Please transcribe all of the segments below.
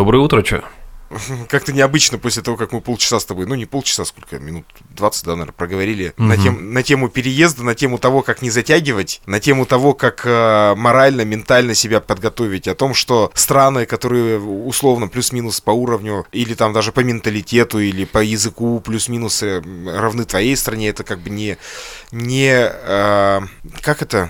Доброе утро, чё? Как-то необычно после того, как мы полчаса с тобой, не полчаса, сколько, минут 20, да, наверное, проговорили на тему переезда, на тему того, как не затягивать, на тему того, как морально, ментально себя подготовить, о том, что страны, которые условно плюс-минус по уровню, или там даже по менталитету, или по языку плюс-минус равны твоей стране, это как бы как это?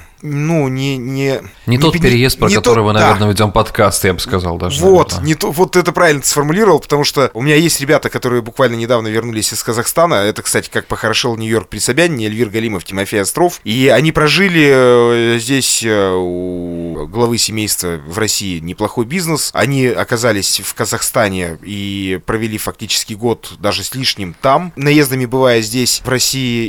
Не тот переезд, про который мы, наверное, ведем подкаст, я бы сказал даже. Вот, вот это правильно ты сформулировал, потому что у меня есть ребята, которые буквально недавно вернулись из Казахстана. Это, кстати, как похорошел Нью-Йорк при Собянине, Эльвир Галимов, Тимофей Остров. И они прожили здесь у главы семейства в России неплохой бизнес. Они оказались в Казахстане и провели фактически год даже с лишним там. Наездами бывая здесь, в России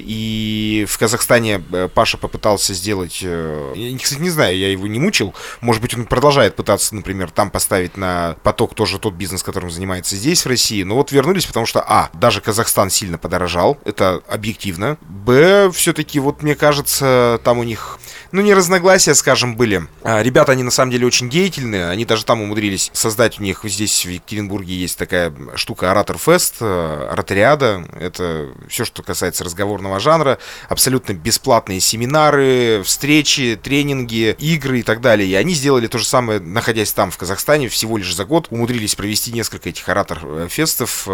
и в Казахстане, Паша попытался сделать... Я, кстати, не знаю, я его не мучил. Может быть, он продолжает пытаться, например, там поставить на поток тоже тот бизнес, которым занимается здесь, в России. Но вот вернулись, потому что, даже Казахстан сильно подорожал. Это объективно. Все-таки, вот мне кажется, там у них... не разногласия, скажем, были. Ребята, они на самом деле очень деятельные. Они даже там умудрились создать у них... Здесь, в Екатеринбурге, есть такая штука Оратор Фест, Ораториада. Это все, что касается разговорного жанра. Абсолютно бесплатные семинары, встречи, тренинги, игры и так далее. И они сделали то же самое, находясь там, в Казахстане, всего лишь за год. Умудрились провести несколько этих Оратор-фестов.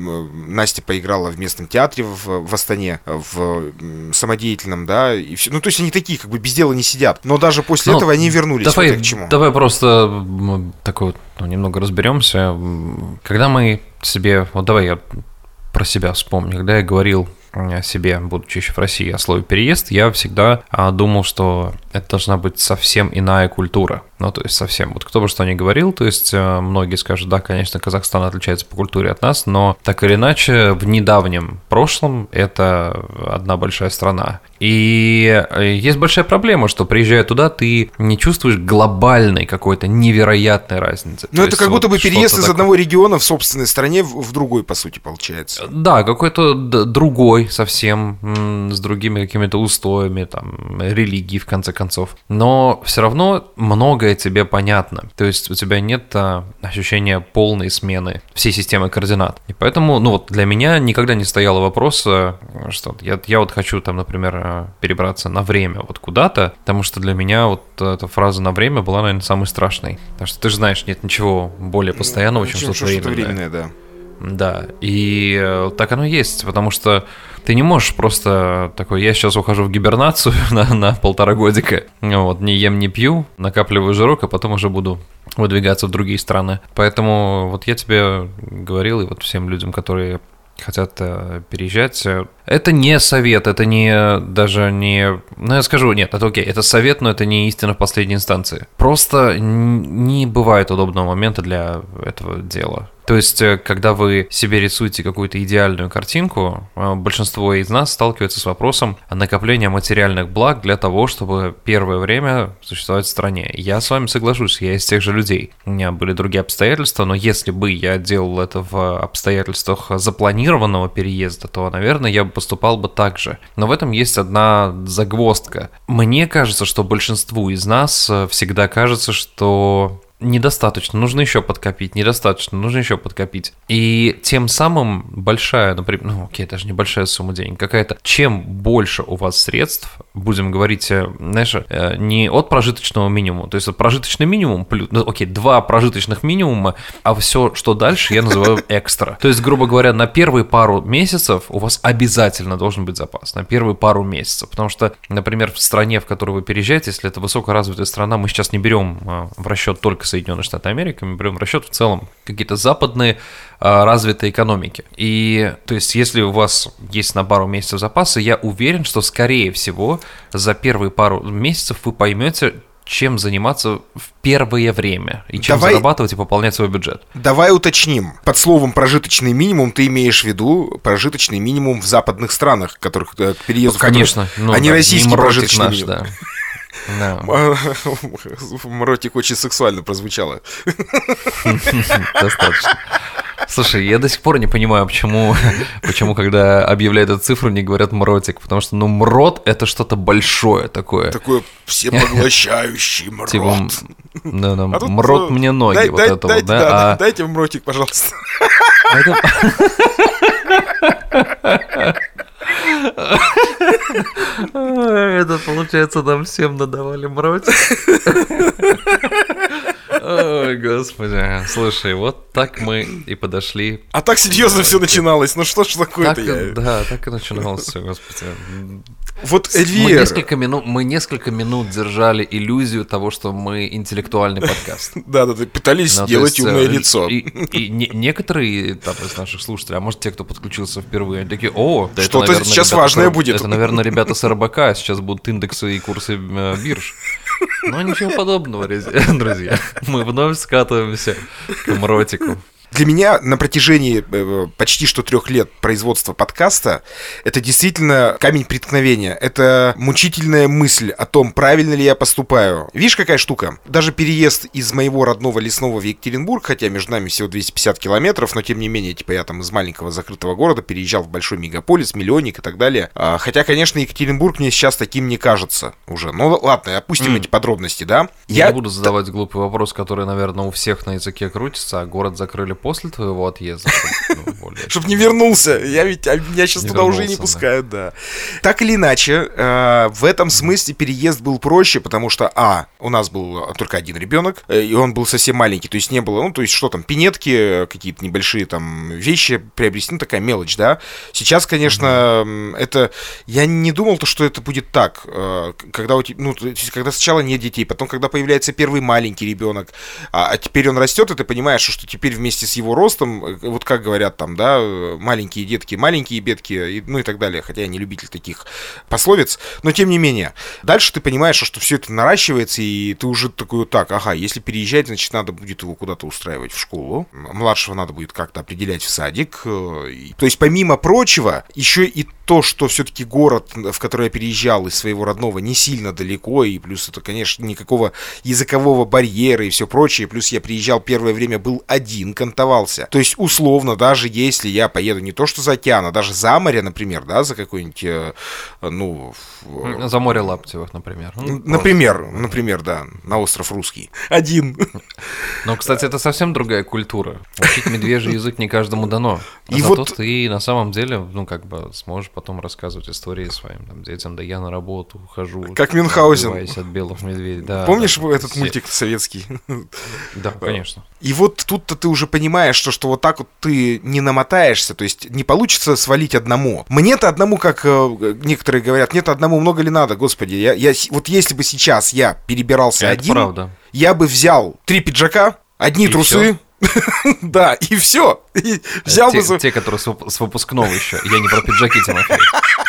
Настя поиграла в местном театре в Астане, в самодеятельном, да. И все. То есть они такие, как бы без дела не сидят. Но даже после этого они вернулись. Давай, к чему. Давай просто такой немного разберемся. Когда мы себе... давай я про себя вспомню. Когда я говорил о себе, будучи еще в России, о слове «переезд», я всегда думал, что это должна быть совсем иная культура. То есть совсем. Вот кто бы что ни говорил, то есть многие скажут, да, конечно, Казахстан отличается по культуре от нас, но так или иначе в недавнем прошлом это одна большая страна. И есть большая проблема, что приезжая туда, ты не чувствуешь глобальной какой-то невероятной разницы. Это как будто бы переезд из одного региона в собственной стране в другой, по сути, получается. Да, какой-то другой совсем, с другими какими-то устоями, там, религии, в конце концов. Но все равно многое тебе понятно. То есть у тебя нет ощущения полной смены всей системы координат. И поэтому, для меня никогда не стояло вопроса, что я вот хочу там, например, перебраться на время вот куда-то, потому что для меня вот эта фраза «на время» была, наверное, самой страшной. Потому что ты же знаешь, нет ничего более постоянного, чем что-то временное. Да. Да, и так оно есть, потому что ты не можешь просто такой, я сейчас ухожу в гибернацию на 1,5 годика, не ем, не пью, накапливаю жирок, а потом уже буду выдвигаться в другие страны. Поэтому вот я тебе говорил, и вот всем людям, которые хотят переезжать, это не совет, это даже не... я скажу, нет, это окей, это совет, но это не истина в последней инстанции. Просто не бывает удобного момента для этого дела. То есть, когда вы себе рисуете какую-то идеальную картинку, большинство из нас сталкивается с вопросом накопления материальных благ для того, чтобы первое время существовать в стране. Я с вами соглашусь, я из тех же людей. У меня были другие обстоятельства, но если бы я делал это в обстоятельствах запланированного переезда, то, наверное, я бы поступал бы так же. Но в этом есть одна загвоздка. Мне кажется, что большинству из нас всегда кажется, что... недостаточно, нужно еще подкопить, недостаточно, нужно еще подкопить. И тем самым большая, например, даже небольшая сумма денег какая-то, чем больше у вас средств, будем говорить, знаешь, не от прожиточного минимума, то есть от прожиточный минимум, плюс, 2 прожиточных минимума, а все, что дальше, я называю экстра. То есть, грубо говоря, на первые пару месяцев у вас обязательно должен быть запас, на первые пару месяцев, потому что, например, в стране, в которую вы переезжаете, если это высокоразвитая страна, мы сейчас не берем в расчет только Соединенные Штаты Америки, мы берем в расчет в целом какие-то западные развитые экономики. И то есть, если у вас есть на пару месяцев запаса, я уверен, что, скорее всего, за первые пару месяцев вы поймете, чем заниматься в первое время и чем зарабатывать и пополнять свой бюджет. Давай уточним. Под словом «прожиточный минимум» ты имеешь в виду прожиточный минимум в западных странах, которых к переезду... Конечно. А не российский прожиточный минимум. Да. Ротик очень сексуально прозвучало. Достаточно. Слушай, я до сих пор не понимаю, почему, когда объявляют эту цифру, не говорят мротик. Потому что, мрот — это что-то большое такое. Такое всепоглощающий мрот. Типа, мрот мне ноги, вот это вот, да? Дайте мротик, пожалуйста. Это, получается, нам всем надавали мротик. Ой, господи. Слушай, вот так мы и подошли. А так серьезно все начиналось. Ну что ж такое-то? Да, так и начиналось все, господи. Вот Эльвир... Мы несколько минут держали иллюзию того, что мы интеллектуальный подкаст. Да, пытались сделать умное лицо. И некоторые там из наших слушателей, а может те, кто подключился впервые, они такие: о, да что-то это, сейчас важное будет. Это, наверное, ребята с РБК, сейчас будут индексы и курсы бирж. Но ничего подобного, друзья. Мы вновь скатываемся к мротику. Для меня на протяжении почти что 3 лет производства подкаста это действительно камень преткновения. Это мучительная мысль о том, правильно ли я поступаю. Видишь, какая штука? Даже переезд из моего родного лесного в Екатеринбург, хотя между нами всего 250 километров, но тем не менее, типа я там из маленького закрытого города переезжал в большой мегаполис, миллионник и так далее. Хотя, конечно, Екатеринбург мне сейчас таким не кажется уже. Ну ладно, опустим эти подробности, да? Я не буду задавать глупый вопрос, который, наверное, у всех на языке крутится, а город закрыли после твоего отъезда. Чтоб не вернулся. Меня сейчас туда уже не пускают, да. Так или иначе, в этом смысле переезд был проще, потому что, у нас был только один ребенок, и он был совсем маленький, то есть не было, то есть что там, пинетки, какие-то небольшие там вещи приобрести, такая мелочь, да. Сейчас, конечно, это... Я не думал, что это будет так, когда когда сначала нет детей, потом, когда появляется первый маленький ребенок, а теперь он растет, и ты понимаешь, что теперь вместе с его ростом, вот как говорят там, да, маленькие детки, маленькие бедки, и так далее, хотя я не любитель таких пословиц, но тем не менее. Дальше ты понимаешь, что все это наращивается, и ты уже такой, если переезжать, значит, надо будет его куда-то устраивать в школу, младшего надо будет как-то определять в садик, то есть помимо прочего, еще и то, что все-таки город, в который я переезжал из своего родного, не сильно далеко, и плюс это, конечно, никакого языкового барьера и все прочее, плюс я приезжал первое время, был один, кантовался. То есть, условно, даже если я поеду не то что за океан, а даже за море, например, да, за какой-нибудь, За море Лаптевых, например. Например, да, на остров Русский. Один. Но, кстати, это совсем другая культура. Учить медвежий язык не каждому дано. И зато ты на самом деле, сможешь потом рассказывать истории своим детям. Да я на работу хожу. Как Мюнхгаузен. От белых медведей. Да, помнишь этот мультик советский? Да, конечно. И вот тут-то ты уже понимаешь, что вот так вот ты не намотаешься, то есть не получится свалить одному. Мне-то одному, как некоторые говорят, мне-то одному много ли надо, господи. Вот если бы сейчас я перебирался один, правда. Я бы взял 3 пиджака, одни трусы. Да, и все. Взял бы... Те, которые с выпускного еще. Я не про пиджаки, Тимофей.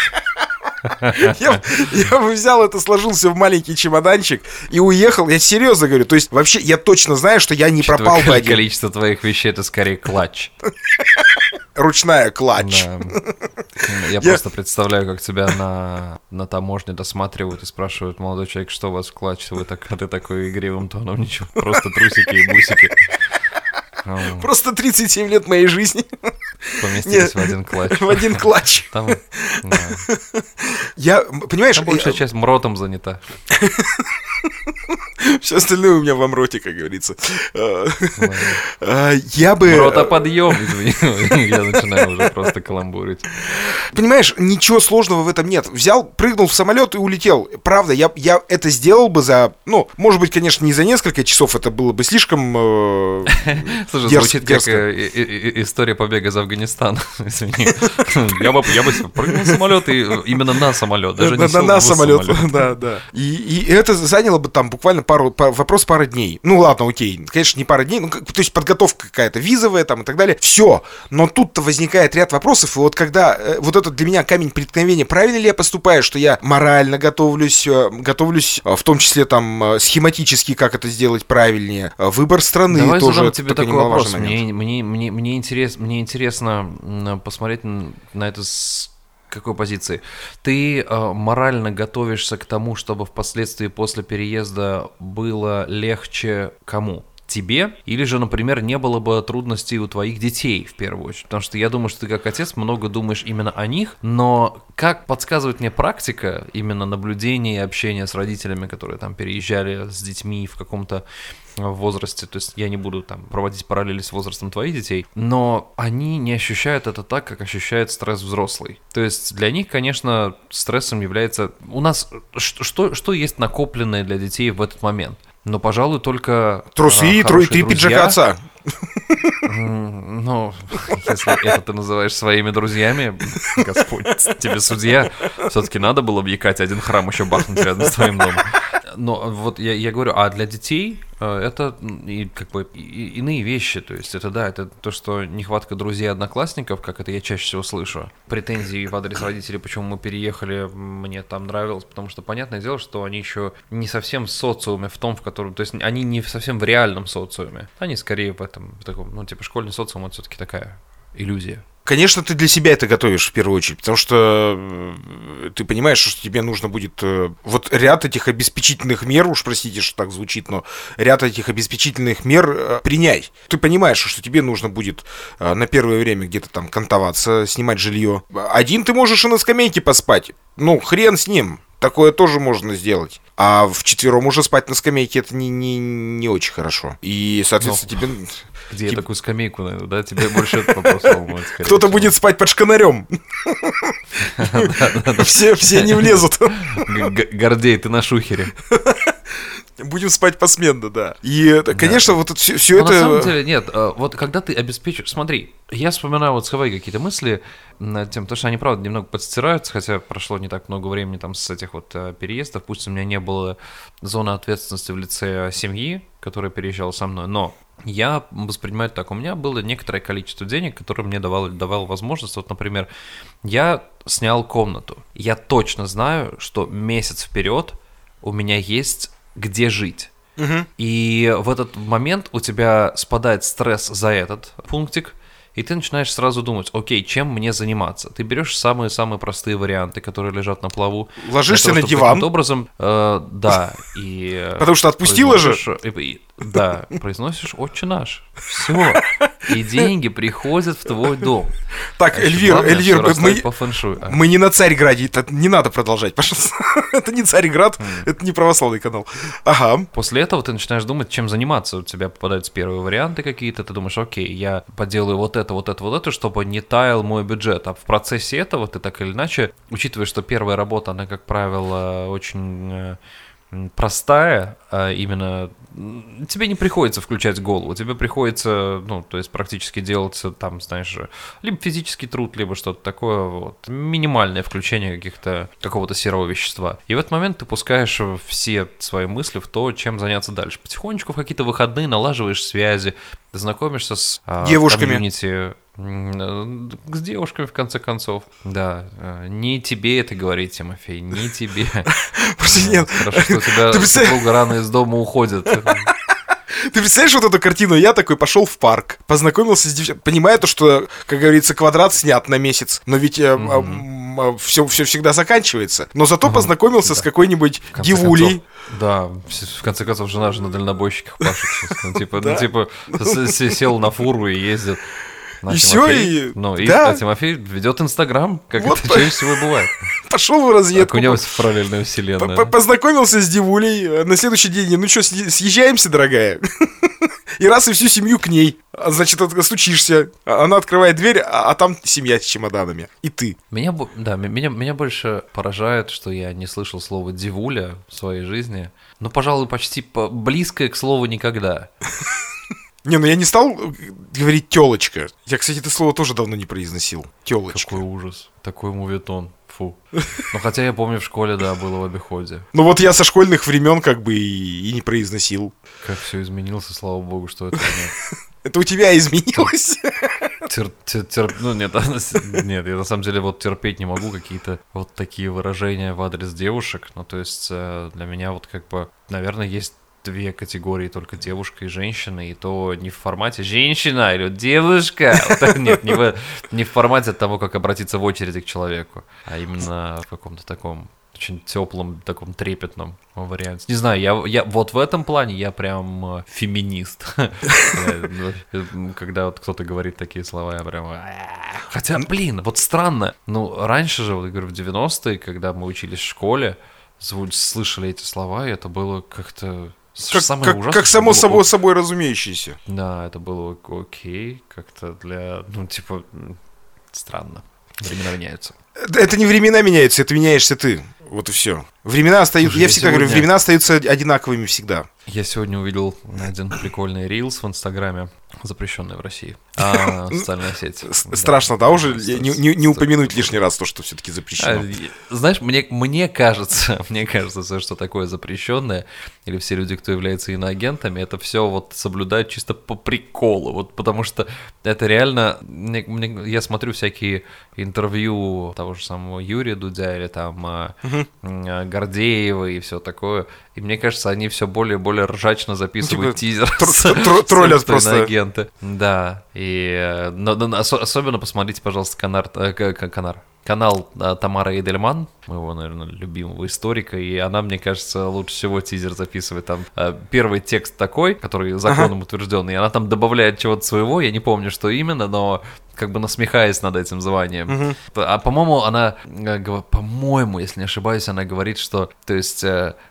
Я бы взял это, сложился в маленький чемоданчик и уехал. Я серьезно говорю. То есть вообще я точно знаю, что я не пропал бы один. Количество твоих вещей — это скорее клатч. Ручная клатч. Да. Я просто представляю, как тебя на таможне досматривают и спрашивают: молодой человек, что у вас в клатче? А ты такой игривым тоном: ничего, просто трусики и бусики. Просто 37 лет моей жизни поместились в один клатч. В один клатч. Там, я, понимаешь... Там большая часть мротом занята. Все остальное у меня в мроте, как говорится. Я бы... Мротоподъем, извини. Я начинаю уже просто каламбурить. Понимаешь, ничего сложного в этом нет. Взял, прыгнул в самолет и улетел. Правда, я это сделал бы за... может быть, конечно, не за несколько часов, это было бы слишком... Слушай, звучит как история побега из Афганистана. Извини. Я бы прыгнул в самолет, и именно на самолет. Даже не сел в самолет. Да. И это заняло бы там буквально пары дней. Ну ладно, окей. Конечно, не пара дней. То есть подготовка какая-то визовая там и так далее. Все. Но тут-то возникает ряд вопросов. И вот когда... Вот это для меня камень преткновения. Правильно ли я поступаю, что я морально готовлюсь, в том числе там схематически, как это сделать правильно. Выбор страны. Давай тоже задам тебе такой вопрос. Мне интересно посмотреть на это с какой позиции. Ты морально готовишься к тому, чтобы впоследствии после переезда было легче кому? тебе, или же, например, не было бы трудностей у твоих детей, в первую очередь. Потому что я думаю, что ты как отец много думаешь именно о них, но, как подсказывает мне практика, именно наблюдение и общение с родителями, которые там переезжали с детьми в каком-то возрасте, то есть я не буду там проводить параллели с возрастом твоих детей, но они не ощущают это так, как ощущает стресс взрослый. То есть для них, конечно, стрессом является... У нас что есть накопленное для детей в этот момент? Но, пожалуй, только трусы и 3 пиджака отца. Ну, если это ты называешь своими друзьями, Господь тебе судья, все-таки надо было объекать один храм еще бахнуть рядом с твоим домом. Но вот я говорю, а для детей это как бы иные вещи, то есть это да, это то, что нехватка друзей, одноклассников, как это я чаще всего слышу, претензии в адрес родителей, почему мы переехали, мне там нравилось, потому что понятное дело, что они еще не совсем в социуме, в том, в котором, то есть они не совсем в реальном социуме, они скорее в этом, в таком, ну типа школьный социум, это все-таки такая иллюзия. Конечно, ты для себя это готовишь в первую очередь, потому что ты понимаешь, что тебе нужно будет вот ряд этих обеспечительных мер, уж простите, что так звучит, но ряд этих обеспечительных мер принять. Ты понимаешь, что тебе нужно будет на первое время где-то там кантоваться, снимать жилье. Один ты можешь и на скамейке поспать, ну хрен с ним. Такое тоже можно сделать. А вчетвером уже спать на скамейке это не очень хорошо. И, соответственно, тебе... Где я такую скамейку найду, да? Тебе больше этот вопрос волнует. Кто-то будет спать под шканарем. Все не влезут. Гордей, ты на шухере. Будем спать посменно, да. И, конечно, вот все это... На самом деле, нет, вот когда ты обеспечиваешь... Смотри, я вспоминаю вот свои какие-то мысли над тем, потому что они, правда, немного подстираются, хотя прошло не так много времени там с этих вот переездов, пусть у меня не было зоны ответственности в лице семьи, которая переезжала со мной, но я воспринимаю так, у меня было некоторое количество денег, которое мне давало возможность, вот, например, я снял комнату, я точно знаю, что месяц вперед у меня есть где жить. И в этот момент у тебя спадает стресс за этот пунктик, и ты начинаешь сразу думать, окей, чем мне заниматься? Ты берешь самые-самые простые варианты, которые лежат на плаву. Ложишься на диван. Таким образом, да. И потому что отпустила же. Да, произносишь «Отче наш». Все. И деньги приходят в твой дом. Так, Эльвир, по фэншуй. Мы не на Царьграде, это не надо продолжать, пожалуйста. Это не Царьград, это не православный канал. Ага. После этого ты начинаешь думать, чем заниматься. У тебя попадаются первые варианты какие-то, ты думаешь, окей, я поделаю вот это, чтобы не таял мой бюджет. А в процессе этого ты так или иначе, учитывая, что первая работа, она, как правило, очень простая, а именно тебе не приходится включать голову, тебе приходится, ну, то есть практически делать там, знаешь, либо физический труд, либо что-то такое, вот, минимальное включение какого-то серого вещества. И в этот момент ты пускаешь все свои мысли в то, чем заняться дальше. Потихонечку в какие-то выходные налаживаешь связи, знакомишься с девушками. Комьюнити, с девушками, в конце концов. Да, не тебе это говорить, Тимофей, не тебе. Нет. Хорошо, что у тебя супруга рано из дома уходит. Ты представляешь вот эту картину? Я такой пошел в парк, познакомился с девчонкой, понимая то, что, как говорится, квадрат снят на месяц, но ведь все всегда заканчивается. Но зато познакомился с какой-нибудь девулей. Да, в конце концов, жена же на дальнобойщиках пашет. Типа, сел на фуру и ездит. И все, и... А Тимофей ведет Инстаграм, как вот это чаще всего бывает. Пошел в разведку. Окунемся в параллельную вселенную. Познакомился с девулей, на следующий день, ну что, съезжаемся, дорогая? И раз и всю семью к ней. Значит, стучишься, она открывает дверь, а там семья с чемоданами. И ты. Меня больше поражает, что я не слышал слова «девуля» в своей жизни. Ну, пожалуй, почти близкое к слову «никогда». Не, ну я не стал говорить «тёлочка». Я, кстати, это слово тоже давно не произносил. «Тёлочка». Какой ужас. Такой мувитон. Фу. Ну, хотя я помню, в школе, да, было в обиходе. Ну, вот я со школьных времен как бы и не произносил. Как все изменилось, слава богу, что это нет. Это у тебя изменилось. Ну, нет, я на самом деле вот терпеть не могу какие-то вот такие выражения в адрес девушек. Ну, то есть для меня вот как бы, наверное, есть две категории, только девушка и женщина, и то не в формате «женщина» или «девушка». Нет, не в формате того, как обратиться в очереди к человеку, а именно в каком-то таком очень теплом, таком трепетном варианте. Не знаю, я вот в этом плане я прям феминист. Когда вот кто-то говорит такие слова, я прям... Хотя, блин, вот странно. Ну, раньше же, вот я говорю, в 90-е, когда мы учились в школе, слышали эти слова, и это было как-то... Как само собой разумеющееся. Да, это было окей, как-то для... Ну, типа, странно. Времена меняются. Это не времена меняются, это меняешься ты. Вот и все. Времена остаются, я всегда говорю, времена остаются одинаковыми всегда. Я сегодня увидел один прикольный рилс в Инстаграме, запрещенный в России. Социальная сеть. Страшно, да, уже не упомянуть лишний раз то, что все-таки запрещено. Знаешь, мне кажется, все, что такое запрещенное, или все люди, кто является иноагентами, это все вот соблюдают чисто по приколу. Вот потому что это реально... Я смотрю всякие интервью того же самого Юрия Дудя или там Гордеева и все такое. И мне кажется, они все более и более ржачно записывают тизер. Троллят просто. Агенты. Да. И особенно посмотрите, пожалуйста, канал Тамары Эдельман, моего, наверное, любимого историка, и она, мне кажется, лучше всего тизер записывает. Там первый текст такой, который законом утвержденный, и она там добавляет чего-то своего, я не помню, что именно, но как бы насмехаясь над этим званием. А по-моему, если не ошибаюсь, она говорит, что, то есть,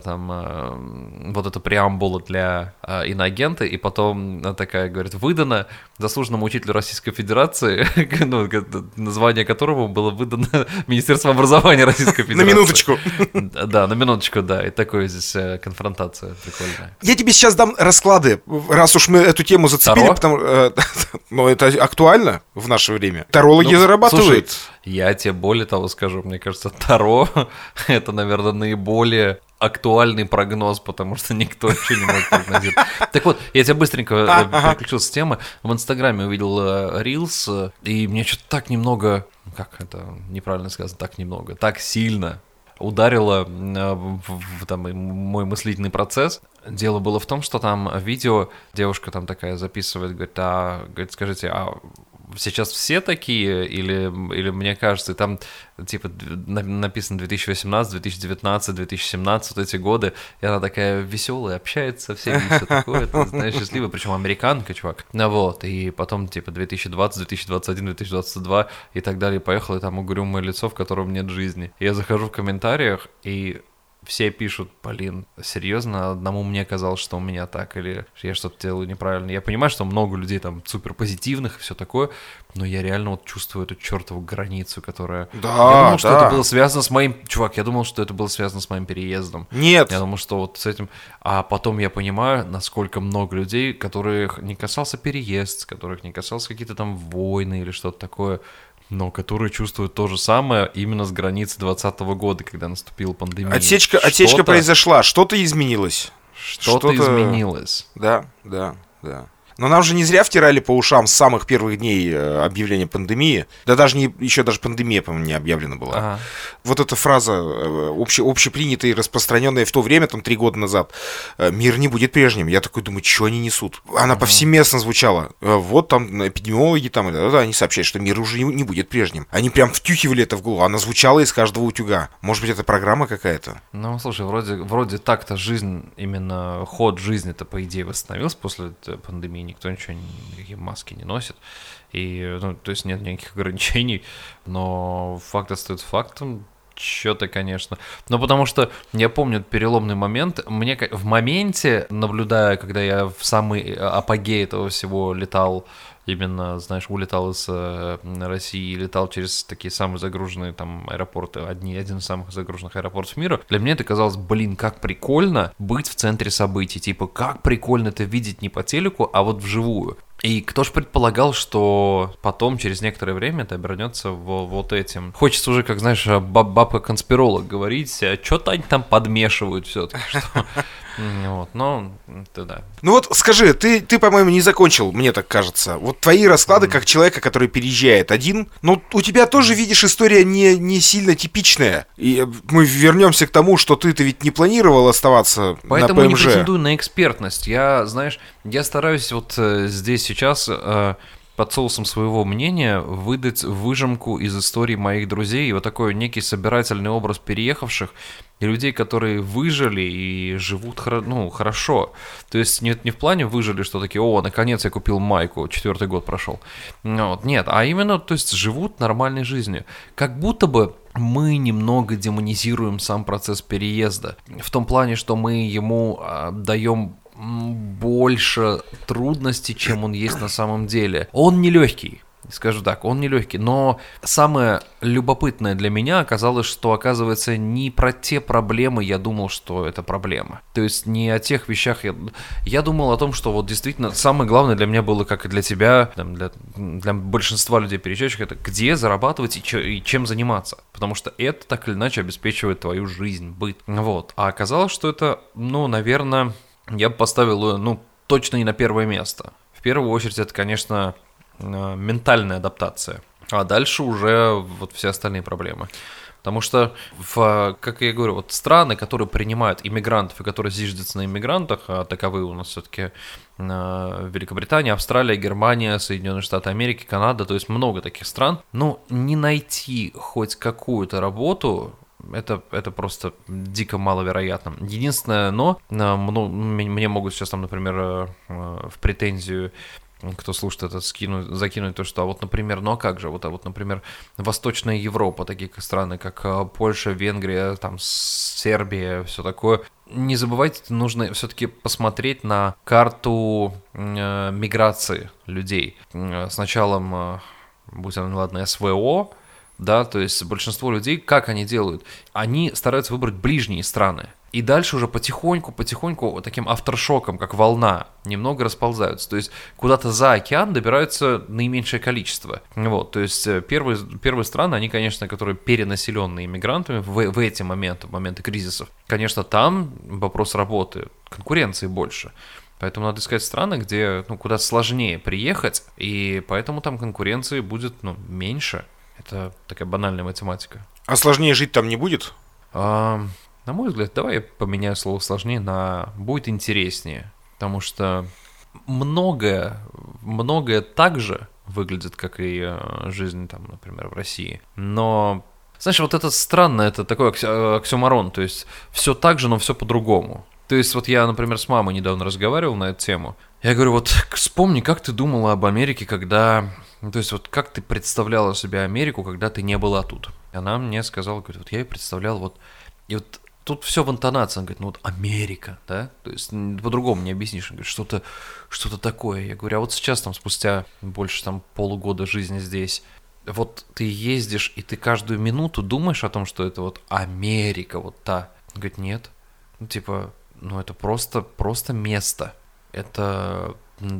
там, вот эта преамбула для иноагента, и потом она такая, говорит, выдана заслуженному учителю Российской Федерации, название которого было выдано Министерством образования Российской Федерации. На минуточку. Да, на минуточку, да, и такая здесь конфронтация прикольная. Я тебе сейчас дам расклады, раз уж мы эту тему зацепили, потому но это актуально в наше время. Тарологи зарабатывают. Слушай, я тебе более того скажу, мне кажется, Таро — это, наверное, наиболее актуальный прогноз, потому что никто ничего не может прогнозировать. Так вот, я тебя быстренько переключил с темы. В Инстаграме увидел рилс, и мне что-то так немного, как это неправильно сказать, так сильно ударило там, мой мыслительный процесс. Дело было в том, что там видео, девушка там такая записывает, говорит, скажите, а сейчас все такие, или мне кажется, там типа написано 2018, 2019, 2017, вот эти годы, и она такая веселая, общается со всеми, все такое, ты знаешь, счастливая, причем американка, чувак. Вот, и потом типа 2020, 2021, 2022 и так далее, поехало, и там угрюмое лицо, в котором нет жизни. И я захожу в комментариях, и все пишут, блин, серьезно, одному мне казалось, что у меня так, или я что-то делаю неправильно. Я понимаю, что много людей там супер позитивных и все такое, но я реально вот чувствую эту чертову границу, которая... Да, я думал, что это было связано с моим... Чувак, я думал, что это было связано с моим переездом. Нет. Я думал, что вот с этим... А потом я понимаю, насколько много людей, которых не касался переезд, которых не касался какие-то там войны или что-то такое, но которые чувствуют то же самое именно с границы 2020 года, когда наступила пандемия. Отсечка произошла, что-то изменилось. Что-то изменилось. Да. Но нам же не зря втирали по ушам с самых первых дней объявления пандемии. Да еще даже пандемия, по-моему, не объявлена была. Ага. Вот эта фраза, общепринятая и распространенная в то время, там 3 года назад, «Мир не будет прежним». Я такой думаю, что они несут? Она повсеместно звучала. Вот там эпидемиологи, там, они сообщают, что мир уже не будет прежним. Они прям втюхивали это в голову. Она звучала из каждого утюга. Может быть, это программа какая-то? Ну, слушай, вроде так-то жизнь, именно ход жизни-то, по идее, восстановился после пандемии. Никто никакие маски не носит, и, то есть нет никаких ограничений, но факт остается фактом, что-то, конечно. Но потому что я помню переломный момент, мне в моменте, наблюдая, когда я в самый апогей этого всего летал, именно, знаешь, улетал из России, летал через такие самые загруженные там аэропорты, один из самых загруженных аэропортов мира. Для меня это казалось, блин, как прикольно быть в центре событий. Типа, как прикольно это видеть не по телеку, а вот вживую. И кто ж предполагал, что потом, через некоторое время, это обернется вот этим. Хочется уже, как, знаешь, бабка-конспиролог говорить, а что-то они там подмешивают все-таки, что... Вот, но это да. Ну вот скажи, ты, по-моему, не закончил, мне так кажется. Вот твои расклады как человека, который переезжает один. Но у тебя тоже, видишь, история не сильно типичная. И мы вернемся к тому, что ты-то ведь не планировал оставаться поэтому на ПМЖ. Не претендую на экспертность. Я, знаешь, я стараюсь вот здесь сейчас под соусом своего мнения выдать выжимку из истории моих друзей и вот такой некий собирательный образ переехавших и людей, которые выжили и живут хорошо. То есть не в плане выжили, что такие, наконец я купил майку, 4-й год прошел. Вот, нет, а именно, то есть живут нормальной жизнью. Как будто бы мы немного демонизируем сам процесс переезда. В том плане, что мы ему даем больше трудностей, чем он есть на самом деле. Он нелегкий. Скажу так, он нелегкий, но самое любопытное для меня оказалось, что, оказывается, не про те проблемы я думал, что это проблема. То есть не о тех вещах я думал о том, что вот действительно самое главное для меня было, как и для тебя, для большинства людей переезжающих, это где зарабатывать и чем заниматься. Потому что это так или иначе обеспечивает твою жизнь, быт. Вот. А оказалось, что это, наверное, я бы поставил, точно не на первое место. В первую очередь это, конечно, ментальная адаптация, а дальше уже вот все остальные проблемы. Потому что, как я говорю, вот страны, которые принимают иммигрантов и которые зиждятся на иммигрантах, а таковы у нас все-таки Великобритания, Австралия, Германия, Соединенные Штаты Америки, Канада, то есть много таких стран, не найти хоть какую-то работу, это просто дико маловероятно. Единственное, мне могут сейчас там, например, в претензию, кто слушает это, закинуть то, что, например, а как же, например, Восточная Европа, такие страны, как Польша, Венгрия, там, Сербия, все такое. Не забывайте, нужно все-таки посмотреть на карту миграции людей. С началом, будь оно ладно, СВО, да, то есть большинство людей, как они делают? Они стараются выбрать ближние страны. И дальше уже потихоньку вот таким авторшоком, как волна, немного расползаются. То есть куда-то за океан добираются наименьшее количество. Вот, то есть первые страны, они, конечно, которые перенаселенные иммигрантами в эти моменты кризисов. Конечно, там вопрос работы, конкуренции больше. Поэтому надо искать страны, где, куда сложнее приехать, и поэтому там конкуренции будет, меньше. Это такая банальная математика. А сложнее жить там не будет? На мой взгляд, давай я поменяю слово «сложнее» на «будет интереснее». Потому что многое так же выглядит, как и жизнь, там, например, в России. Но, знаешь, вот это странно, это такой оксюморон. То есть все так же, но все по-другому. То есть вот я, например, с мамой недавно разговаривал на эту тему. Я говорю, вспомни, как ты думала об Америке, когда... То есть вот как ты представляла себе Америку, когда ты не была тут? И она мне сказала, говорит, я ее представляла И вот тут все в интонации. Она говорит, Америка, да? То есть по-другому не объяснишь. Она говорит, что-то такое. Я говорю, а сейчас там спустя больше полугода жизни здесь, вот ты ездишь, и ты каждую минуту думаешь о том, что это Америка, та. Он говорит, нет. Это просто место. Это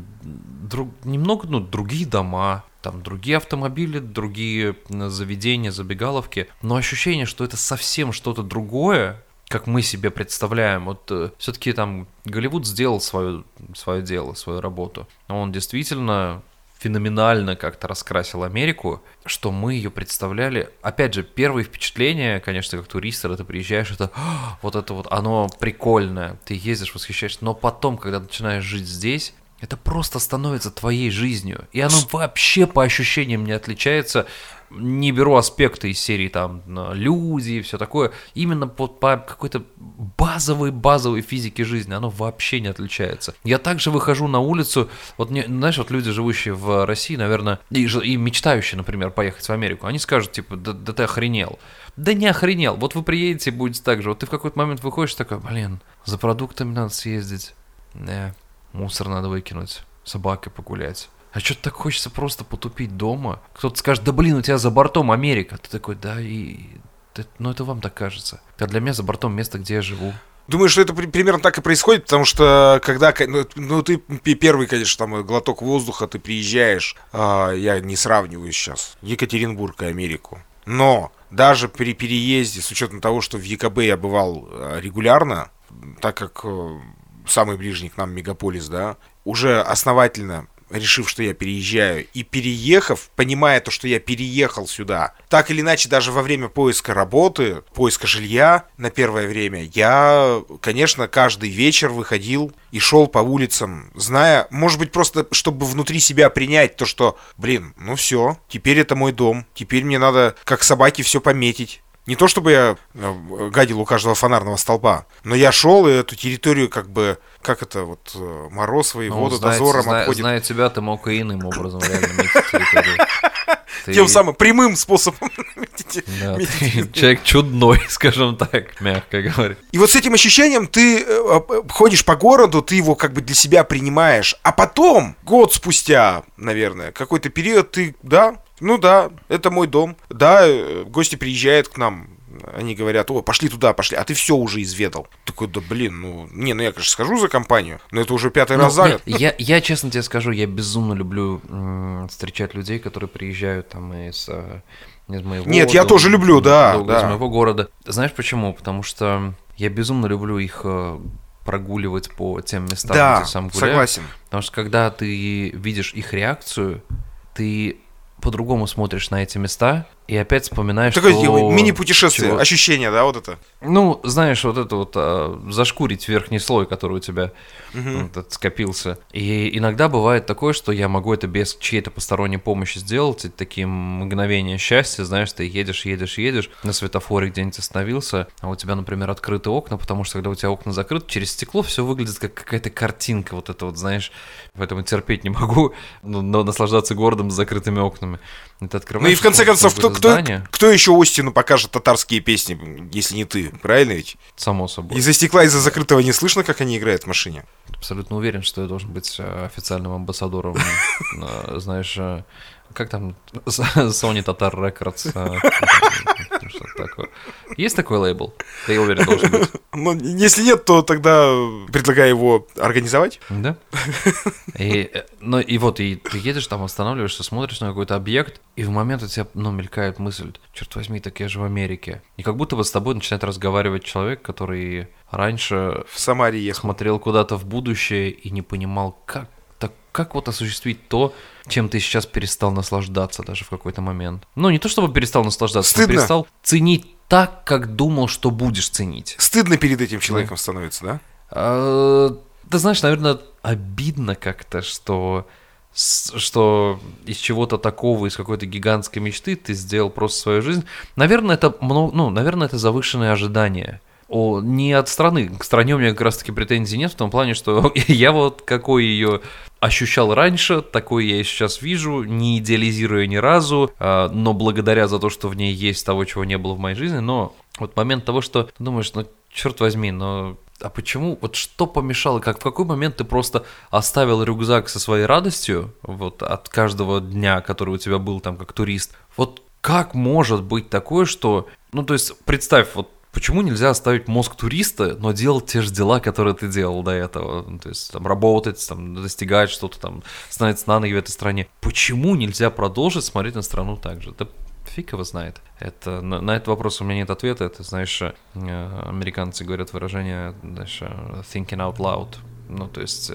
немного, другие дома, там другие автомобили, другие заведения, забегаловки, но ощущение, что это совсем что-то другое, как мы себе представляем. Все-таки там Голливуд сделал свое дело, свою работу. Он действительно феноменально как-то раскрасил Америку, что мы ее представляли. Опять же, первые впечатления, конечно, как турист, когда ты приезжаешь, это оно прикольное, ты ездишь, восхищаешься, но потом, когда начинаешь жить здесь, это просто становится твоей жизнью. И оно вообще по ощущениям не отличается. Не беру аспекты из серии там люди и все такое. Именно по какой-то базовой физике жизни оно вообще не отличается. Я также выхожу на улицу. Знаешь, люди, живущие в России, наверное, и мечтающие, например, поехать в Америку, они скажут, да ты охренел. Да не охренел. Вы приедете, будете так же. Ты в какой-то момент выходишь такой, за продуктами надо съездить. Мусор надо выкинуть, с собакой погулять. А что-то так хочется просто потупить дома. Кто-то скажет, у тебя за бортом Америка. Ты такой, это вам так кажется. А для меня за бортом место, где я живу. Думаю, что это примерно так и происходит, потому что когда, ты первый, конечно, там глоток воздуха, ты приезжаешь, я не сравниваю сейчас Екатеринбург и Америку, но даже при переезде, с учетом того, что в ЕКБ я бывал регулярно, так как самый ближний к нам мегаполис, да, уже основательно решив, что я переезжаю, и переехав, понимая то, что я переехал сюда, так или иначе, даже во время поиска работы, поиска жилья на первое время, я, конечно, каждый вечер выходил и шел по улицам, зная, может быть, просто чтобы внутри себя принять то, что, блин, ну все, теперь это мой дом, теперь мне надо, как собаке, все пометить. Не то чтобы я гадил у каждого фонарного столба, но я шел и эту территорию как бы, как это вот, мороз воевода дозором обходит. Зная тебя, ты мог и иным образом реально метить территорию. Тем самым прямым способом. Да, человек чудной, скажем так, мягко говоря. И вот с этим ощущением ты ходишь по городу, ты его как бы для себя принимаешь, а потом, год спустя, наверное, какой-то период ты, да, ну да, это мой дом. Да, гости приезжают к нам, они говорят, о, пошли туда, пошли, а ты все уже изведал. Такой, да блин, ну я, конечно, схожу за компанию, но это уже 5-й раз за год. Я честно тебе скажу, я безумно люблю встречать людей, которые приезжают там из моего... Нет, я тоже люблю, да. Из моего города. Знаешь почему? Потому что я безумно люблю их прогуливать по тем местам, да, где сам гуляю. Согласен. Потому что когда ты видишь их реакцию, ты по-другому смотришь на эти места и опять вспоминаешь, такое что... мини-путешествие, ощущение, да, вот это? Ну, знаешь, вот это вот зашкурить верхний слой, который у тебя вот, скопился. И иногда бывает такое, что я могу это без чьей-то посторонней помощи сделать, и такие мгновения счастья, знаешь, ты едешь, на светофоре где-нибудь остановился, а у тебя, например, открыты окна, потому что когда у тебя окна закрыты, через стекло все выглядит как какая-то картинка, вот это вот, знаешь, поэтому терпеть не могу, но наслаждаться городом с закрытыми окнами. Это ну и в конце концов, кто еще Остину покажет татарские песни, если не ты, правильно ведь? Само собой. Из-за стекла, из-за закрытого не слышно, как они играют в машине? Абсолютно уверен, что я должен быть официальным амбассадором, знаешь, как там, Sony Tatar Records, что-то такое. Есть такой лейбл? Я уверен, должен быть. Ну, если нет, то тогда предлагаю его организовать. Да. И ты едешь там, останавливаешься, смотришь на какой-то объект, и в момент у тебя, мелькает мысль, черт возьми, так я же в Америке. И как будто бы с тобой начинает разговаривать человек, который раньше в Самаре ехал, смотрел куда-то в будущее и не понимал, как вот осуществить то, чем ты сейчас перестал наслаждаться даже в какой-то момент. Ну, не то чтобы перестал наслаждаться, но перестал ценить так, как думал, что будешь ценить. Стыдно перед этим человеком становится, да? Ты знаешь, наверное, обидно как-то, что из чего-то такого, из какой-то гигантской мечты ты сделал просто свою жизнь. Наверное, это завышенные ожидания. Не от страны. К стране у меня как раз-таки претензий нет, в том плане, что я вот какой ее ощущал раньше, такой я и сейчас вижу, не идеализируя ни разу, но благодаря за то, что в ней есть того, чего не было в моей жизни. Но вот момент того, что ты думаешь, черт возьми, а почему, вот что помешало, в какой момент ты просто оставил рюкзак со своей радостью, вот от каждого дня, который у тебя был там как турист, вот как может быть такое, что, то есть представь, вот почему нельзя оставить мозг туриста, но делать те же дела, которые ты делал до этого? То есть там работать, там, достигать что-то, там, становиться на ноги в этой стране. Почему нельзя продолжить смотреть на страну так же? Да фиг его знает. На этот вопрос у меня нет ответа. Это, знаешь, американцы говорят выражение, знаешь, thinking out loud. То есть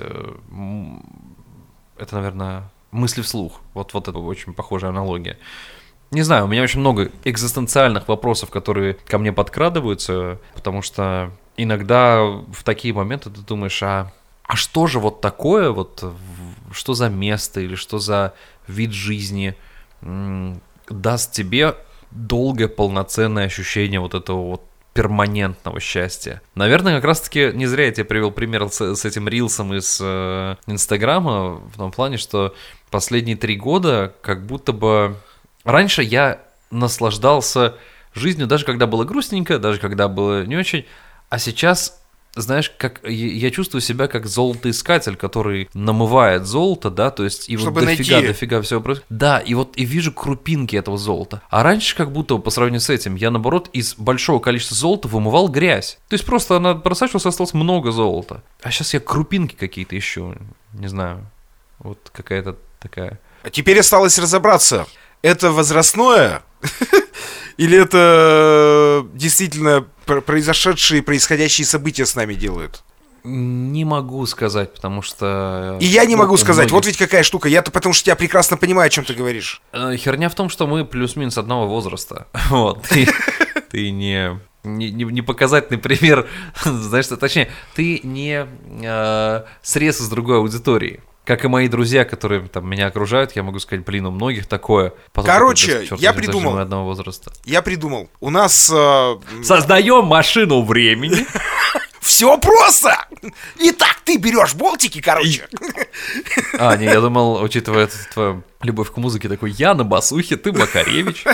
это, наверное, мысли вслух. Вот это очень похожая аналогия. Не знаю, у меня очень много экзистенциальных вопросов, которые ко мне подкрадываются, потому что иногда в такие моменты ты думаешь, а что же вот такое, вот что за место или что за вид жизни даст тебе долгое полноценное ощущение вот этого вот перманентного счастья. Наверное, как раз-таки не зря я тебе привел пример с этим рилсом из Инстаграма, в том плане, что последние 3 года как будто бы... Раньше я наслаждался жизнью, даже когда было грустненько, даже когда было не очень, а сейчас, знаешь, как я чувствую себя как золотоискатель, который намывает золото, да, то есть и чтобы вот дофига всего происходит. Да, и вижу крупинки этого золота. А раньше как будто по сравнению с этим я, наоборот, из большого количества золота вымывал грязь. То есть просто она просачивалась, осталось много золота. А сейчас я крупинки какие-то ищу, не знаю, вот какая-то такая... А теперь осталось разобраться. Это возрастное? Или это действительно происходящие события с нами делают? Не могу сказать, потому что... И я не могу сказать, многих... вот ведь какая штука, я-то потому что тебя прекрасно понимаю, о чем ты говоришь. Херня в том, что мы плюс-минус одного возраста. Вот, ты не показательный пример, знаешь, точнее, ты не срез из другой аудитории. Как и мои друзья, которые там меня окружают, я могу сказать, блин, у многих такое. Потом короче, такой, я придумал. Мы одного возраста. Я придумал. У нас... Создаем машину времени. Все просто! Итак, ты берешь болтики, короче. Не, я думал, учитывая твою любовь к музыке, такой, я на басухе, ты Макаревич.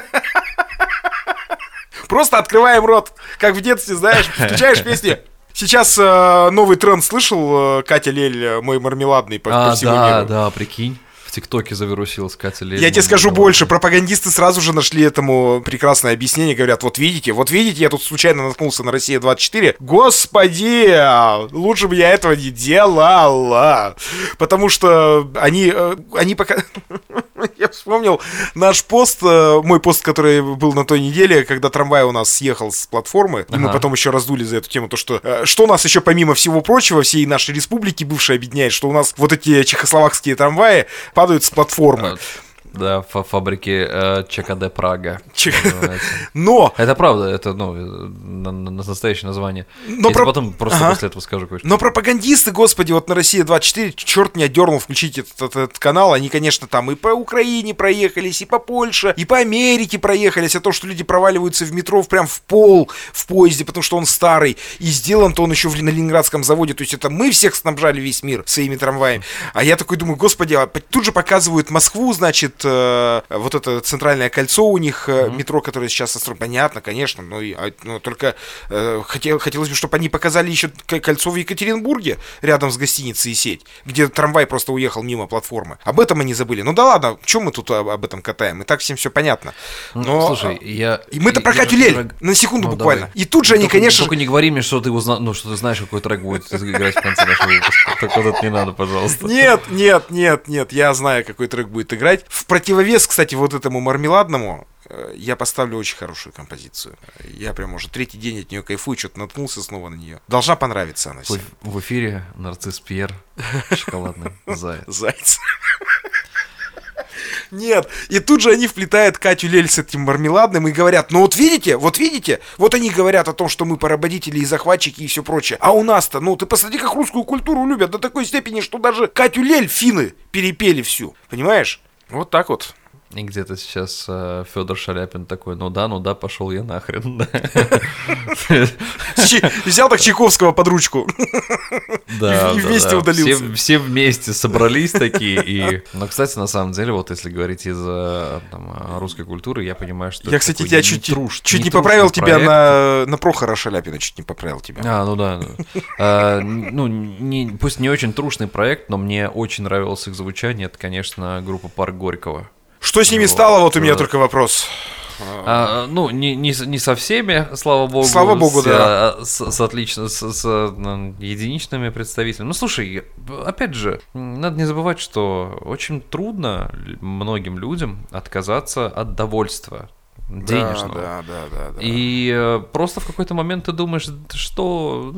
Просто открываем рот, как в детстве, знаешь, включаешь песни. Сейчас новый тренд слышал, Катя Лель, мой мармеладный по всему миру. Да, прикинь. В ТикТоке завирусилась Катя Лель. Я тебе скажу больше, пропагандисты сразу же нашли этому прекрасное объяснение, говорят, вот видите, я тут случайно наткнулся на «Россия-24», господи, лучше бы я этого не делала, потому что они пока... Я вспомнил наш пост, мой пост, который был на той неделе, когда трамвай у нас съехал с платформы, и мы потом еще раздули за эту тему, то что нас еще помимо всего прочего, всей нашей республики бывшей объединяет, что у нас вот эти чехословакские трамваи падают с платформы. Да, фабрики ЧКД Прага. Но... Это правда, это настоящее название. Я потом просто после этого скажу кое-что. Но пропагандисты, господи, вот на «Россия-24», черт меня дернул включить этот канал, они, конечно, там и по Украине проехались, и по Польше, и по Америке проехались, о том, что люди проваливаются в метро прям в пол в поезде, потому что он старый, и сделан-то он еще на Ленинградском заводе, то есть это мы всех снабжали весь мир своими трамваями. А я такой думаю, господи, тут же показывают Москву, значит, вот это центральное кольцо у них, метро, которое сейчас построено, понятно, конечно, но только хотелось бы, чтобы они показали еще кольцо в Екатеринбурге, рядом с гостиницей «Сеть», где трамвай просто уехал мимо платформы. Об этом они забыли. Ну да ладно, чем мы тут об этом катаем? И так всем все понятно. Но... Слушай, И мы-то про Катю Лель, на секунду буквально. Давай. И тут же они, конечно... Только не говори мне, что ты что ты знаешь, какой трек будет играть в конце нашего выпуска. Так вот это не надо, пожалуйста. Нет, я знаю, какой трек будет играть. В противовес, кстати, вот этому мармеладному, я поставлю очень хорошую композицию. Я прям уже третий день от нее кайфую, что-то наткнулся снова на нее. Должна понравиться она всем. В эфире Нарцисс Пьер, шоколадный заяц. Заяц. Нет, и тут же они вплетают Катю Лель с этим мармеладным и говорят, ну вот видите, вот они говорят о том, что мы поработители и захватчики и все прочее. А у нас-то, ты посмотри, как русскую культуру любят до такой степени, что даже Катю Лель финны перепели всю. Понимаешь? Вот так вот. И где-то сейчас Федор Шаляпин такой, ну да, пошел я нахрен. Взял так Чайковского под ручку. Да, и вместе удалился. Все вместе собрались такие. Но, кстати, на самом деле, вот если говорить из русской культуры, я понимаю, что... Я, кстати, тебя чуть не поправил тебя на Прохора Шаляпина, чуть не поправил тебя. Ну да. Пусть не очень трушный проект, но мне очень нравилось их звучание. Это, конечно, группа «Парк Горького». Что с ними стало, вот у меня только вопрос. Не со всеми, слава богу. Слава богу, да. С единичными представителями. Ну, слушай, опять же, надо не забывать, что очень трудно многим людям отказаться от довольства денежного. Да. И просто в какой-то момент ты думаешь, что,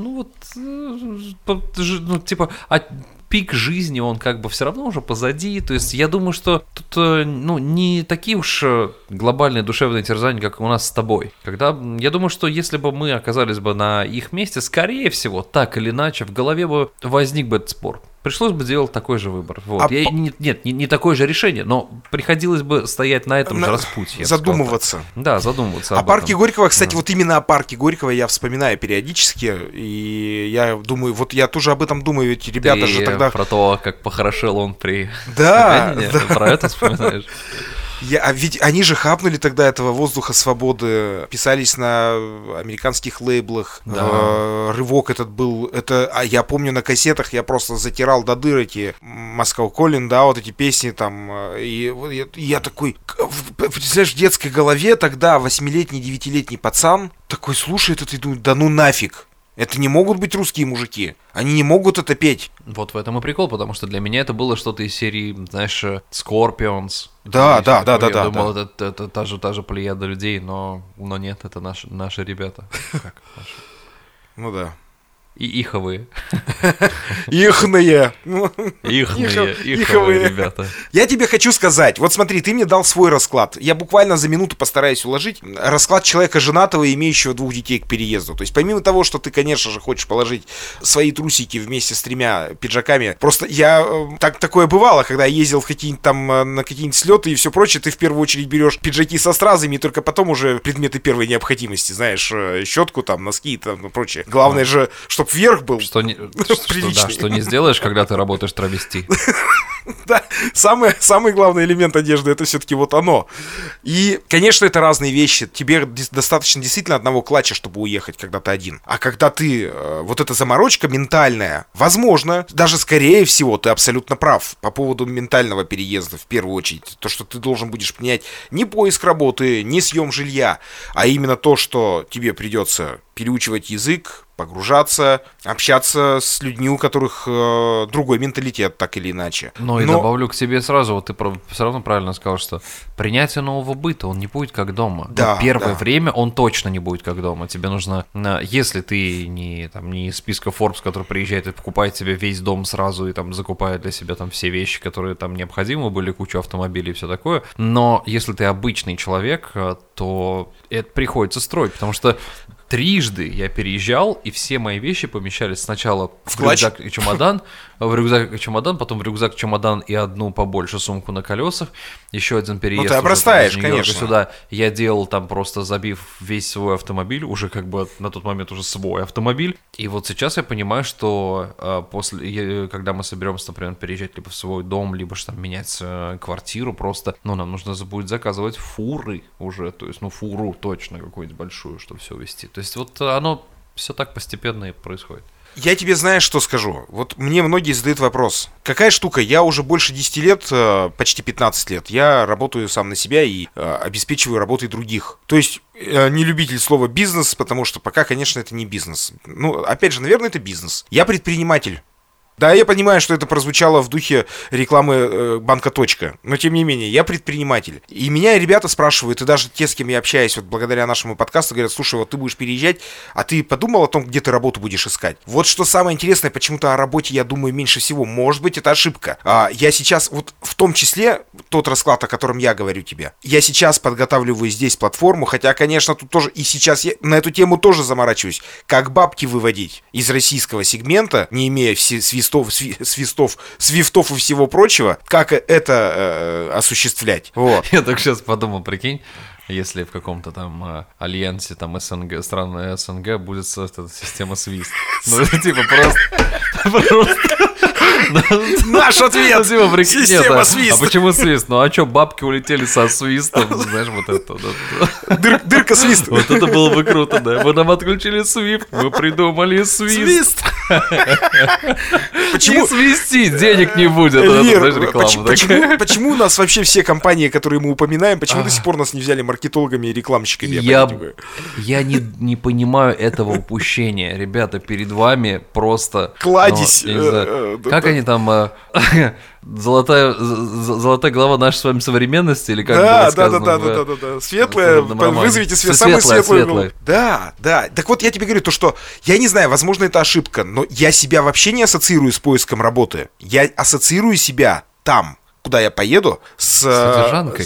пик жизни, он как бы все равно уже позади. То есть я думаю, что тут не такие уж глобальные душевные терзания, как у нас с тобой. Я думаю, что если бы мы оказались бы на их месте, скорее всего, так или иначе, в голове бы возник бы этот спор. Пришлось бы делать такой же выбор. Вот. Не такое же решение, но приходилось бы стоять на этом же распутье. Задумываться. Да, задумываться. О парке Горького, кстати, вот именно о парке Горького я вспоминаю периодически. И я думаю, вот я тоже об этом думаю, ведь ребята же тогда... Про то, как похорошел он при... Да. Про это вспоминаешь? Ведь они же хапнули тогда этого воздуха свободы, писались на американских лейблах, да. Рывок этот был, я помню на кассетах я просто затирал до дыр эти Moscow Calling, да, вот эти песни там, и я такой, представляешь, в детской голове тогда 8-летний, 9-летний пацан такой слушает это и думает, да ну нафиг. Это не могут быть русские мужики. Они не могут это петь. Вот в этом и прикол, потому что для меня это было что-то из серии, знаешь, Scorpions. Да. Я думал, это та же плеяда людей, но нет, это наши ребята. Ну да. И иховые. Ихные. Иховые ребята. Я тебе хочу сказать, вот смотри, ты мне дал свой расклад. Я буквально за минуту постараюсь уложить. Расклад человека женатого, имеющего 2 детей к переезду. То есть помимо того, что ты, конечно же, хочешь положить свои трусики вместе с 3 пиджаками, просто такое бывало, когда я ездил в какие-нибудь там на какие-нибудь слеты и все прочее, ты в первую очередь берешь пиджаки со стразами, и только потом уже предметы первой необходимости, знаешь, щетку там, носки и там и прочее. Главное же, чтоб верх был что не сделаешь, когда ты работаешь травести. Да, самый главный элемент одежды — это все-таки вот оно. И, конечно, это разные вещи. Тебе достаточно действительно одного клатча, чтобы уехать, когда ты один. А когда ты, вот эта заморочка ментальная, возможно, даже скорее всего, ты абсолютно прав по поводу ментального переезда, в первую очередь. То, что ты должен будешь принять не поиск работы, не съем жилья, а именно то, что тебе придется переучивать язык, погружаться, общаться с людьми, у которых другой менталитет, так или иначе. Но и добавлю к себе сразу, вот ты все равно правильно сказал, что принятие нового быта, он не будет как дома. Да, первое время он точно не будет как дома. Тебе нужно, если ты не из списка Forbes, который приезжает и покупает себе весь дом сразу и там закупает для себя там все вещи, которые там необходимы были, кучу автомобилей и все такое. Но если ты обычный человек, то это приходится строить, потому что трижды я переезжал, и все мои вещи помещались сначала в рюкзак и чемодан, потом в рюкзак, чемодан и одну побольше сумку на колесах, еще один переезд. Ну ты обрастаешь, конечно. Сюда я делал там просто забив весь свой автомобиль, уже как бы на тот момент уже свой автомобиль. И вот сейчас я понимаю, что когда мы соберемся, например, переезжать либо в свой дом, либо же там менять квартиру просто, нам нужно будет заказывать фуры уже, то есть, фуру точно какую-нибудь большую, чтобы все везти. То есть вот оно все так постепенно и происходит. Я тебе, знаешь, что скажу? Вот мне многие задают вопрос. Какая штука? Я уже больше 10 лет, почти 15 лет, я работаю сам на себя и обеспечиваю работой других. То есть не любитель слова бизнес, потому что пока, конечно, это не бизнес. Опять же, наверное, это бизнес. Я предприниматель. Да, я понимаю, что это прозвучало в духе рекламы банка «Точка», но тем не менее, я предприниматель. И меня ребята спрашивают, и даже те, с кем я общаюсь, вот благодаря нашему подкасту, говорят: слушай, вот ты будешь переезжать, а ты подумал о том, где ты работу будешь искать? Вот что самое интересное, почему-то о работе я думаю меньше всего. Может быть, это ошибка. Я сейчас, вот в том числе, тот расклад, о котором я говорю тебе, я сейчас подготавливаю здесь платформу, хотя, конечно, тут тоже, и сейчас я на эту тему тоже заморачиваюсь. Как бабки выводить из российского сегмента, не имея свифтов и всего прочего, как это осуществлять. Вот. Я так сейчас подумал, прикинь, если в каком-то там альянсе там СНГ, страны СНГ будет эта система свист. Типа просто... Наш ответ! Система свист! А почему свист? А что, бабки улетели со свистом? Знаешь, вот это. Дырка свист. Вот это было бы круто, да. Вы нам отключили свифт, мы придумали свист. Почему? Не свисти, денег не будет. Почему у нас вообще все компании, которые мы упоминаем, почему до сих пор нас не взяли маркетологами и рекламщиками? Я не понимаю этого упущения. Ребята, перед вами просто... Кладезь. Как они там... Золотая глава нашей с вами современности, или как было сказано? Да. Светлая, вызовите самую светлую голову. Да. Так вот, я тебе говорю то, что, я не знаю, возможно, это ошибка, но я себя вообще не ассоциирую с поиском работы. Я ассоциирую себя там, куда я поеду, с... Содержанкой?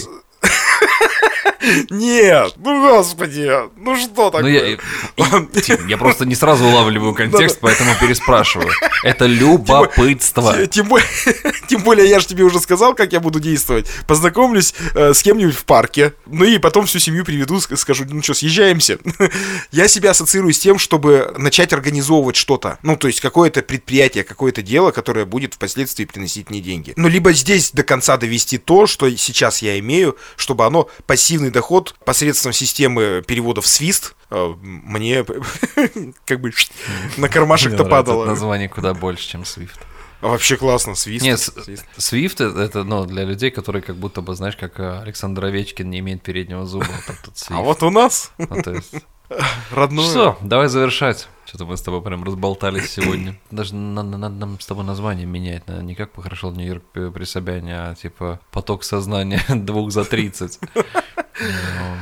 Нет, господи, что такое? Я просто не сразу улавливаю контекст, поэтому переспрашиваю. Это любопытство. Тем более, я же тебе уже сказал, как я буду действовать. Познакомлюсь с кем-нибудь в парке, и потом всю семью приведу, скажу: съезжаемся. Я себя ассоциирую с тем, чтобы начать организовывать что-то. То есть какое-то предприятие, какое-то дело, которое будет впоследствии приносить мне деньги. Либо здесь до конца довести то, что сейчас я имею, чтобы оно пассивный доход посредством системы переводов свист мне как бы на кармашек-то падало. Название куда больше, чем Swift. Вообще классно, свист. Нет, Swift это для людей, которые как будто бы, знаешь, как Александр Овечкин не имеет переднего зуба. А вот у нас родное. Все, давай завершать. Что-то мы с тобой прям разболтались сегодня. Даже надо нам с тобой название менять. Не как похорошел Нью-Йорк при Собяне, а типа поток сознания 2 за 30.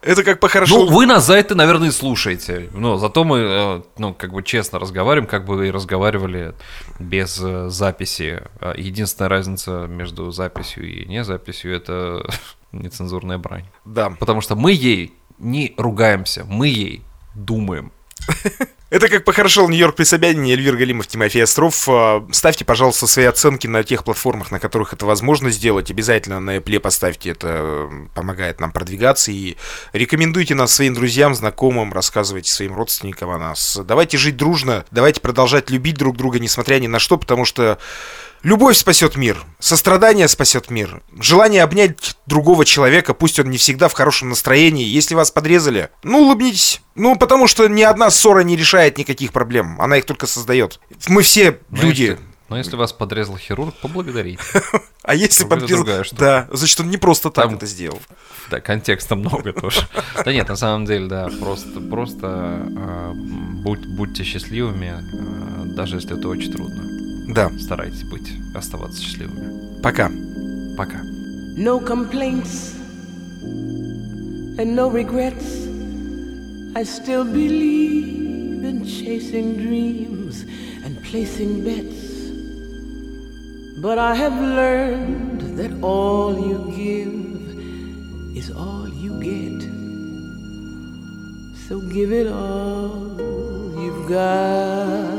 Это как похорошел... Ну, вы нас за это, наверное, и слушаете. Но зато мы, как бы честно разговариваем, как бы и разговаривали без записи. Единственная разница между записью и не записью — это нецензурная брань. Да. Потому что мы ей не ругаемся, мы ей думаем. Это как похорошел Нью-Йорк при Собянине, Эльвир Галимов, Тимофей Остров. Ставьте, пожалуйста, свои оценки на тех платформах, на которых это возможно сделать. Обязательно на Apple поставьте, это помогает нам продвигаться. И рекомендуйте нас своим друзьям, знакомым, рассказывайте своим родственникам о нас. Давайте жить дружно, давайте продолжать любить друг друга, несмотря ни на что, потому что любовь спасет мир, сострадание спасет мир, желание обнять другого человека, пусть он не всегда в хорошем настроении. Если вас подрезали, улыбнитесь. Потому что ни одна ссора не решает никаких проблем, она их только создает. Мы все люди. Но если вас подрезал хирург, поблагодарите. А если подрезал... Да, значит, он не просто так это сделал. Да, контекста много тоже. Да нет, на самом деле, да, просто будьте счастливыми, даже если это очень трудно. Да. Старайтесь оставаться счастливыми. Пока. Пока. No complaints and no regrets. I still believe in chasing dreams and placing bets. But I have learned that all you give is all you get. So give it all you've got.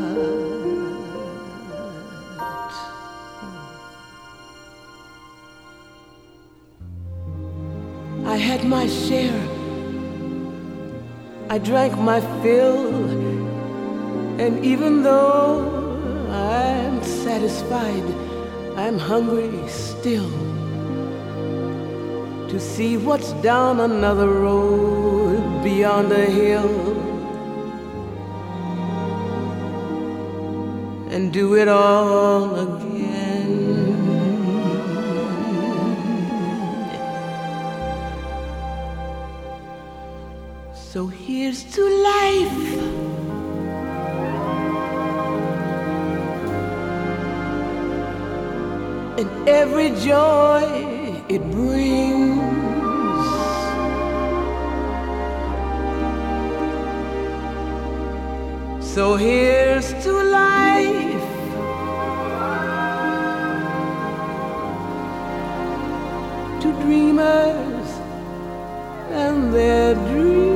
I had my share, I drank my fill, and even though I'm satisfied, I'm hungry still to see what's down another road beyond a hill, and do it all again. So here's to life, and every joy it brings. So here's to life, to dreamers and their dreams.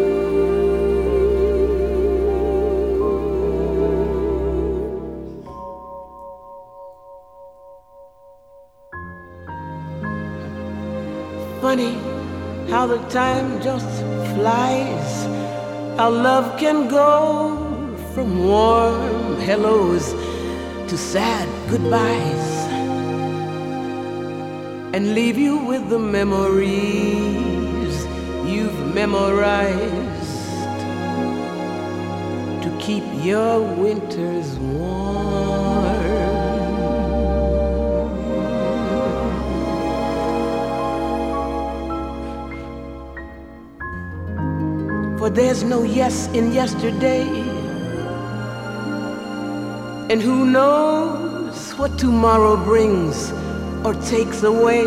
Funny how the time just flies. How love can go from warm hellos to sad goodbyes, and leave you with the memories you've memorized to keep your winters warm. For there's no yes in yesterday, and who knows what tomorrow brings or takes away.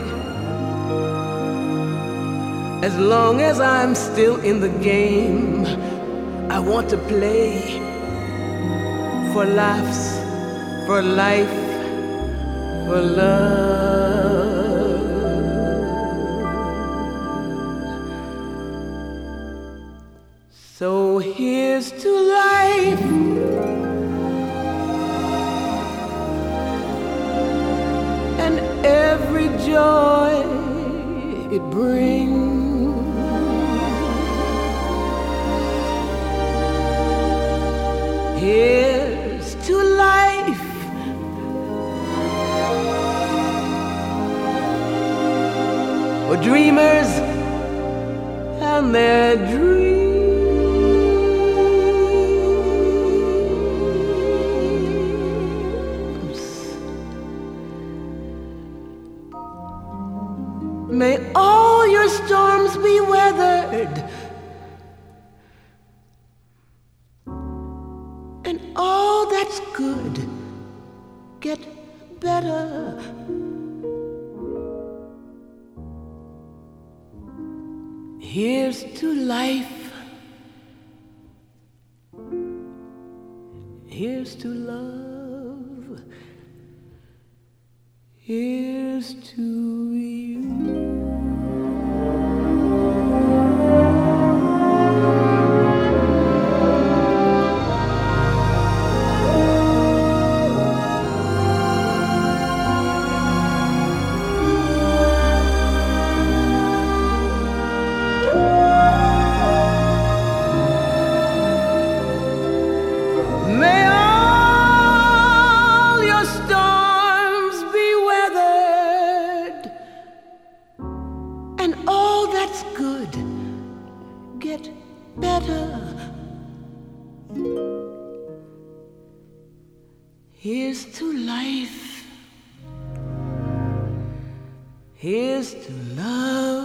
As long as I'm still in the game, I want to play for laughs, for life, for love. So here's to life, and every joy it brings. Here's to life, for dreamers and their dreams. May all your storms be weathered, and all that's good get better. Here's to life. Here's to love. Here's to you. Here's to life. Here's to love.